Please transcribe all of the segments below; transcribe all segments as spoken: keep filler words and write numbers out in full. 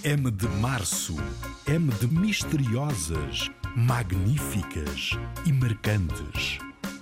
M de março. M de misteriosas, magníficas e marcantes.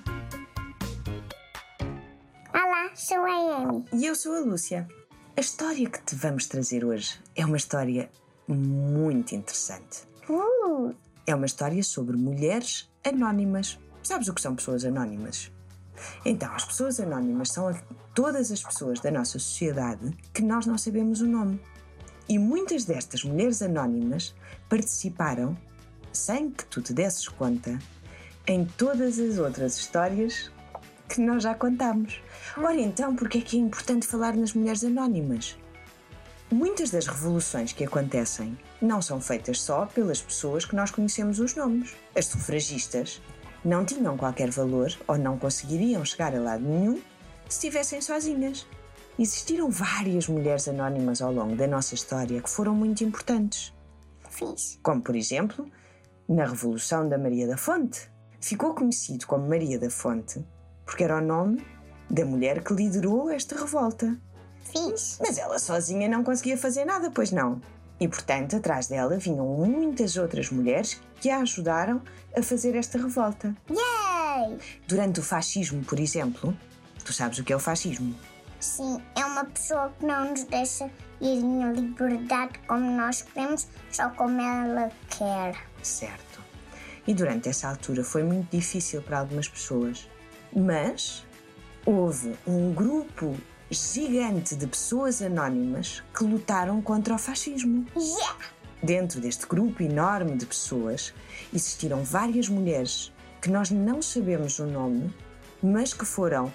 Olá, sou a Amy. E eu sou a Lúcia. A história que te vamos trazer hoje é uma história muito interessante. Uh! É uma história sobre mulheres anónimas. Sabes o que são pessoas anónimas? Então, as pessoas anónimas são todas as pessoas da nossa sociedade que nós não sabemos o nome. E muitas destas mulheres anónimas participaram, sem que tu te desses conta, em todas as outras histórias que nós já contámos. Ora então, porque é que é importante falar nas mulheres anónimas? Muitas das revoluções que acontecem não são feitas só pelas pessoas que nós conhecemos os nomes. As sufragistas não tinham qualquer valor ou não conseguiriam chegar a lado nenhum se estivessem sozinhas. Existiram várias mulheres anónimas ao longo da nossa história que foram muito importantes. Fiz. Como, por exemplo, na Revolução da Maria da Fonte. Ficou conhecido como Maria da Fonte porque era o nome da mulher que liderou esta revolta. Fiz. Mas ela sozinha não conseguia fazer nada, pois não. E, portanto, atrás dela vinham muitas outras mulheres que a ajudaram a fazer esta revolta. Yay! Durante o fascismo, por exemplo, tu sabes o que é o fascismo? Sim, é uma pessoa que não nos deixa ir em liberdade como nós queremos, só como ela quer. Certo. E durante essa altura foi muito difícil para algumas pessoas. Mas houve um grupo gigante de pessoas anónimas que lutaram contra o fascismo. Yeah! Dentro deste grupo enorme de pessoas existiram várias mulheres que nós não sabemos o nome, mas que foram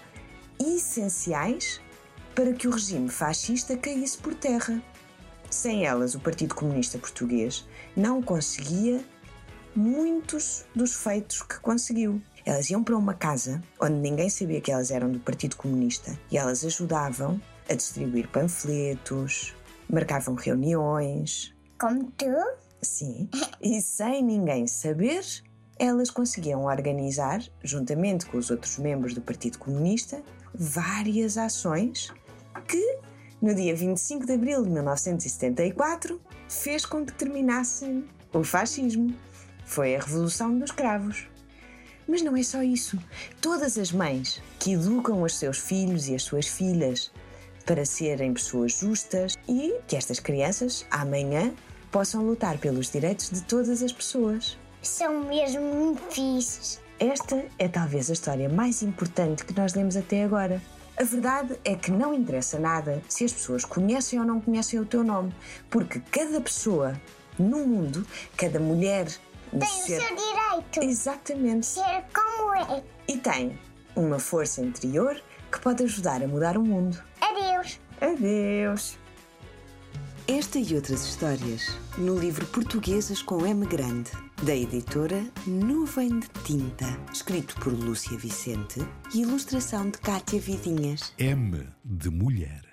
essenciais para que o regime fascista caísse por terra. Sem elas, o Partido Comunista Português não conseguia muitos dos feitos que conseguiu. Elas iam para uma casa onde ninguém sabia que elas eram do Partido Comunista e elas ajudavam a distribuir panfletos, marcavam reuniões. Como tu? Sim. E sem ninguém saber, elas conseguiam organizar, juntamente com os outros membros do Partido Comunista, várias ações que, no dia vinte e cinco de abril de mil novecentos e setenta e quatro, fez com que terminasse o fascismo. Foi a Revolução dos Cravos. Mas não é só isso. Todas as mães que educam os seus filhos e as suas filhas para serem pessoas justas e que estas crianças, amanhã, possam lutar pelos direitos de todas as pessoas. São mesmo muito fixes. Esta é talvez a história mais importante que nós lemos até agora. A verdade é que não interessa nada se as pessoas conhecem ou não conhecem o teu nome, porque cada pessoa no mundo, cada mulher... Tem ser... o seu direito. Exatamente. Ser como é. E tem uma força interior que pode ajudar a mudar o mundo. Adeus. Adeus. Esta e outras histórias no livro Portuguesas com M grande, da editora Nuvem de Tinta, escrito por Lúcia Vicente e ilustração de Cátia Vidinhas. M de mulher.